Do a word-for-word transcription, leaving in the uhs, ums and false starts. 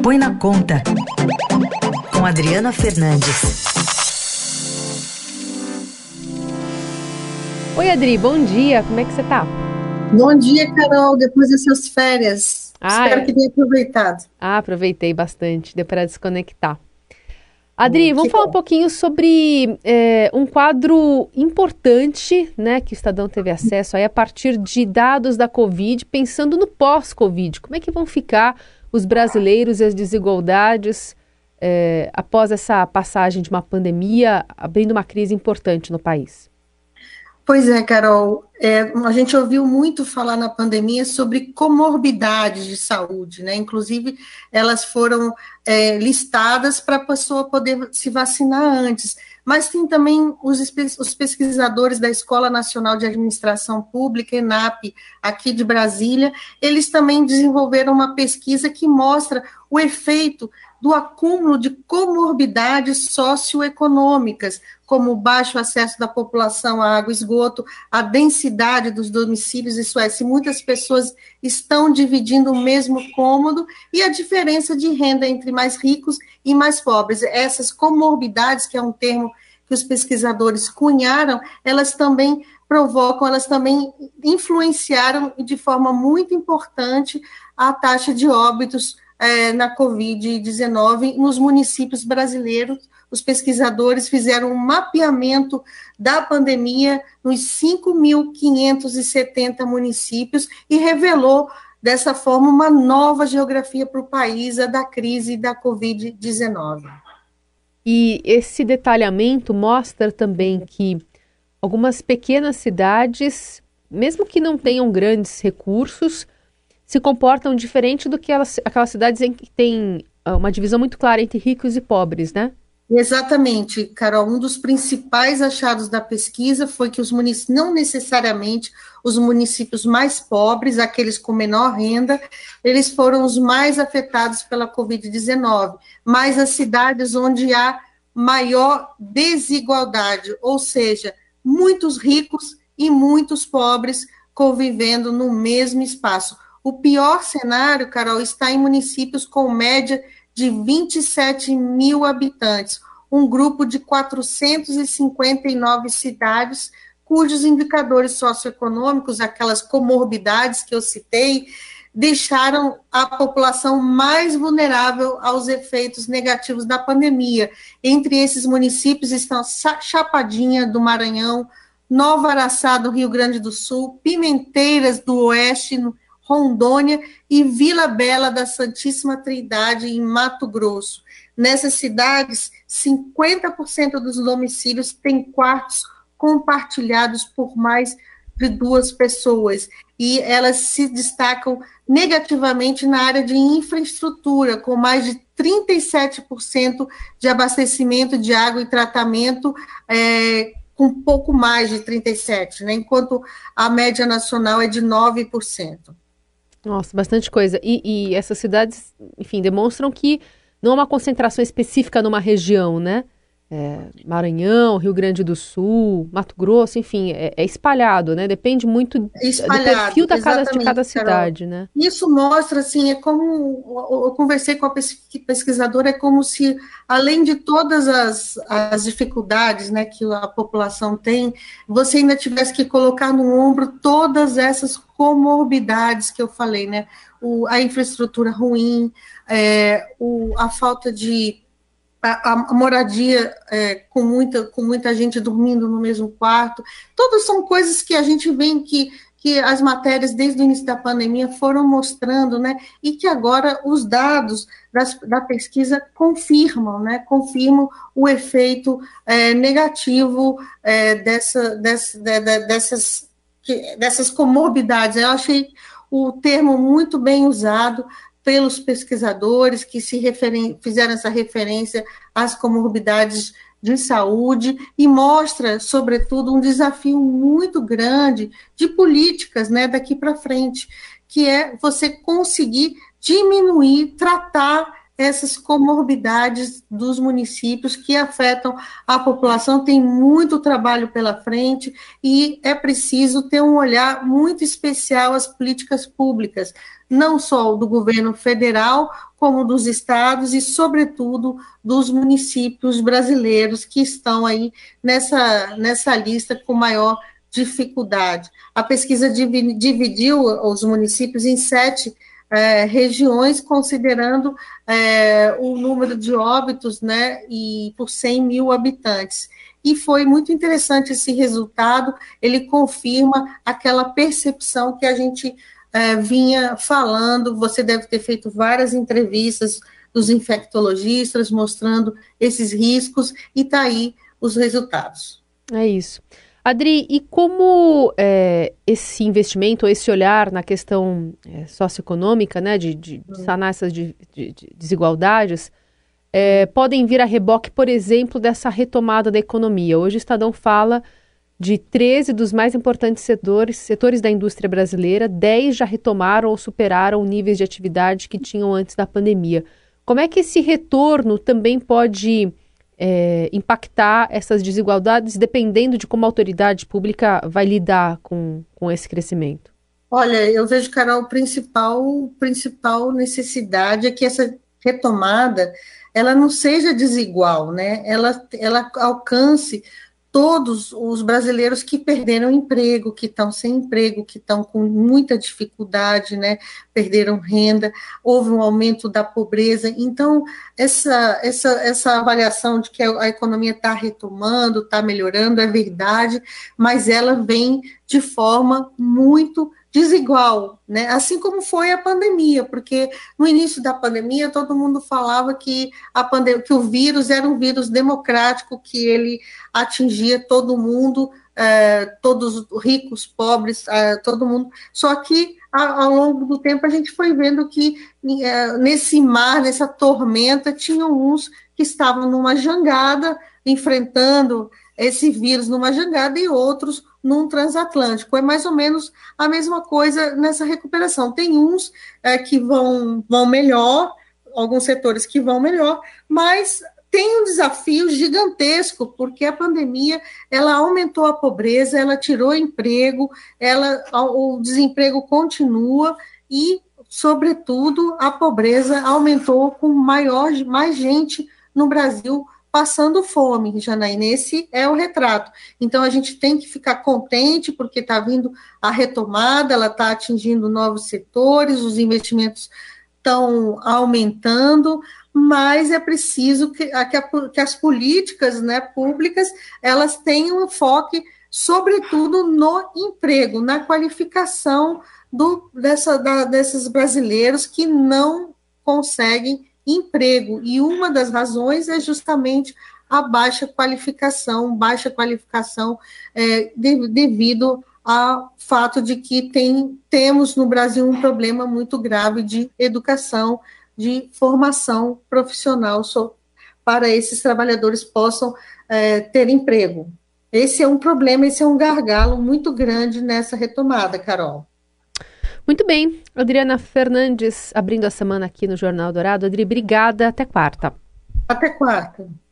Põe na Conta, com Adriana Fernandes. Oi, Adri, bom dia, como é que você tá? Bom dia, Carol, depois dessas férias. Ah, Espero é. que tenha aproveitado. Ah, aproveitei bastante, deu para desconectar. Adri, Hum, vamos que falar um bom. pouquinho sobre é, um quadro importante, né, que o Estadão teve acesso aí a partir de dados da Covid, pensando no pós-Covid. Como é que vão ficar os brasileiros e as desigualdades é, após essa passagem de uma pandemia, abrindo uma crise importante no país? Pois é, Carol, é, a gente ouviu muito falar na pandemia sobre comorbidades de saúde, né? Inclusive, elas foram é, listadas para a pessoa poder se vacinar antes. Mas tem também os, os pesquisadores da Escola Nacional de Administração Pública, ENAP, aqui de Brasília, eles também desenvolveram uma pesquisa que mostra o efeito do acúmulo de comorbidades socioeconômicas, como o baixo acesso da população à água e esgoto, a densidade dos domicílios, isso é, se muitas pessoas estão dividindo o mesmo cômodo, e a diferença de renda entre mais ricos e mais pobres. Essas comorbidades, que é um termo que os pesquisadores cunharam, elas também provocam, elas também influenciaram de forma muito importante a taxa de óbitos é, na covid dezenove nos municípios brasileiros. Os pesquisadores fizeram um mapeamento da pandemia nos cinco mil quinhentos e setenta municípios e revelou, dessa forma, uma nova geografia para o país, a da crise da covid dezenove. E esse detalhamento mostra também que algumas pequenas cidades, mesmo que não tenham grandes recursos, se comportam diferente do que elas, aquelas cidades em que tem uma divisão muito clara entre ricos e pobres, né? Exatamente, Carol. Um dos principais achados da pesquisa foi que os municípios, não necessariamente os municípios mais pobres, aqueles com menor renda, eles foram os mais afetados pela covid dezenove, mas as cidades onde há maior desigualdade, ou seja, muitos ricos e muitos pobres convivendo no mesmo espaço. O pior cenário, Carol, está em municípios com média de vinte e sete mil habitantes, um grupo de quatrocentas e cinquenta e nove cidades, cujos indicadores socioeconômicos, aquelas comorbidades que eu citei, deixaram a população mais vulnerável aos efeitos negativos da pandemia. Entre esses municípios estão Chapadinha do Maranhão, Nova Araçá do Rio Grande do Sul, Pimenteiras do Oeste, Rondônia e Vila Bela da Santíssima Trindade, em Mato Grosso. Nessas cidades, cinquenta por cento dos domicílios têm quartos compartilhados por mais de duas pessoas, e elas se destacam negativamente na área de infraestrutura, com mais de trinta e sete por cento de abastecimento de água e tratamento, é, com pouco mais de trinta e sete por cento, né, enquanto a média nacional é de nove por cento. Nossa, bastante coisa. E, e essas cidades, enfim, demonstram que não há uma concentração específica numa região, né? É, Maranhão, Rio Grande do Sul, Mato Grosso, enfim, é, é espalhado, né? Depende muito espalhado, do perfil da cada, de cada cidade, Carol. Né? Isso mostra, assim, é como, eu conversei com a pesquisadora, é como se, além de todas as, as dificuldades, né, que a população tem, você ainda tivesse que colocar no ombro todas essas comorbidades que eu falei, né? O, a infraestrutura ruim, é, o, a falta de A, a moradia é, com, muita, com muita gente dormindo no mesmo quarto, todas são coisas que a gente vê que, que as matérias desde o início da pandemia foram mostrando, né, e que agora os dados das, da pesquisa confirmam, né, confirmam o efeito é, negativo é, dessa, dessa, de, de, dessas, dessas comorbidades. Eu achei o termo muito bem usado pelos pesquisadores que se referen- fizeram essa referência às comorbidades de saúde, e mostra, sobretudo, um desafio muito grande de políticas, né, daqui para frente, que é você conseguir diminuir, tratar essas comorbidades dos municípios que afetam a população. Tem muito trabalho pela frente e é preciso ter um olhar muito especial às políticas públicas, não só do governo federal, como dos estados e, sobretudo, dos municípios brasileiros que estão aí nessa, nessa lista com maior dificuldade. A pesquisa dividiu os municípios em sete é, regiões, considerando é, o número de óbitos, né, e por cem mil habitantes. E foi muito interessante esse resultado, ele confirma aquela percepção que a gente é, vinha falando. Você deve ter feito várias entrevistas dos infectologistas mostrando esses riscos, e está aí os resultados. É isso. Adri, e como é, esse investimento, ou esse olhar na questão é, socioeconômica, né, de, de sanar essas de, de, de desigualdades, é, podem vir a reboque, por exemplo, dessa retomada da economia? Hoje o Estadão fala de treze dos mais importantes setores, setores da indústria brasileira, dez já retomaram ou superaram níveis de atividade que tinham antes da pandemia. Como é que esse retorno também pode É, impactar essas desigualdades, dependendo de como a autoridade pública vai lidar com, com esse crescimento? Olha, eu vejo, Carol, a principal, principal necessidade é que essa retomada ela não seja desigual, né? Ela, ela alcance todos os brasileiros que perderam emprego, que estão sem emprego, que estão com muita dificuldade, né? Perderam renda, houve um aumento da pobreza. Então, essa, essa, essa avaliação de que a economia está retomando, está melhorando, é verdade, mas ela vem de forma muito desigual, né? Assim como foi a pandemia, porque no início da pandemia todo mundo falava que, a pandemia, que o vírus era um vírus democrático, que ele atingia todo mundo, eh, todos ricos, pobres, eh, todo mundo, só que a, ao longo do tempo a gente foi vendo que eh, nesse mar, nessa tormenta, tinham uns que estavam numa jangada, enfrentando esse vírus numa jangada, e outros num transatlântico. É mais ou menos a mesma coisa nessa recuperação. Tem uns é, que vão, vão melhor, alguns setores que vão melhor, mas tem um desafio gigantesco, porque a pandemia ela aumentou a pobreza, ela tirou emprego, ela, o desemprego continua e, sobretudo, a pobreza aumentou com maior, mais gente no Brasil passando fome, Janaína. Esse é o retrato. Então, a gente tem que ficar contente, porque está vindo a retomada, ela está atingindo novos setores, os investimentos estão aumentando, mas é preciso que, que, a, que as políticas, né, públicas, elas tenham um enfoque, sobretudo, no emprego, na qualificação do, dessa, da, desses brasileiros que não conseguem emprego, e uma das razões é justamente a baixa qualificação, baixa qualificação é, de, devido ao fato de que tem, temos no Brasil um problema muito grave de educação, de formação profissional so, para esses trabalhadores possam é, ter emprego. Esse é um problema, esse é um gargalo muito grande nessa retomada, Carol. Muito bem, Adriana Fernandes, abrindo a semana aqui no Jornal Dourado. Adri, obrigada, até quarta. Até quarta.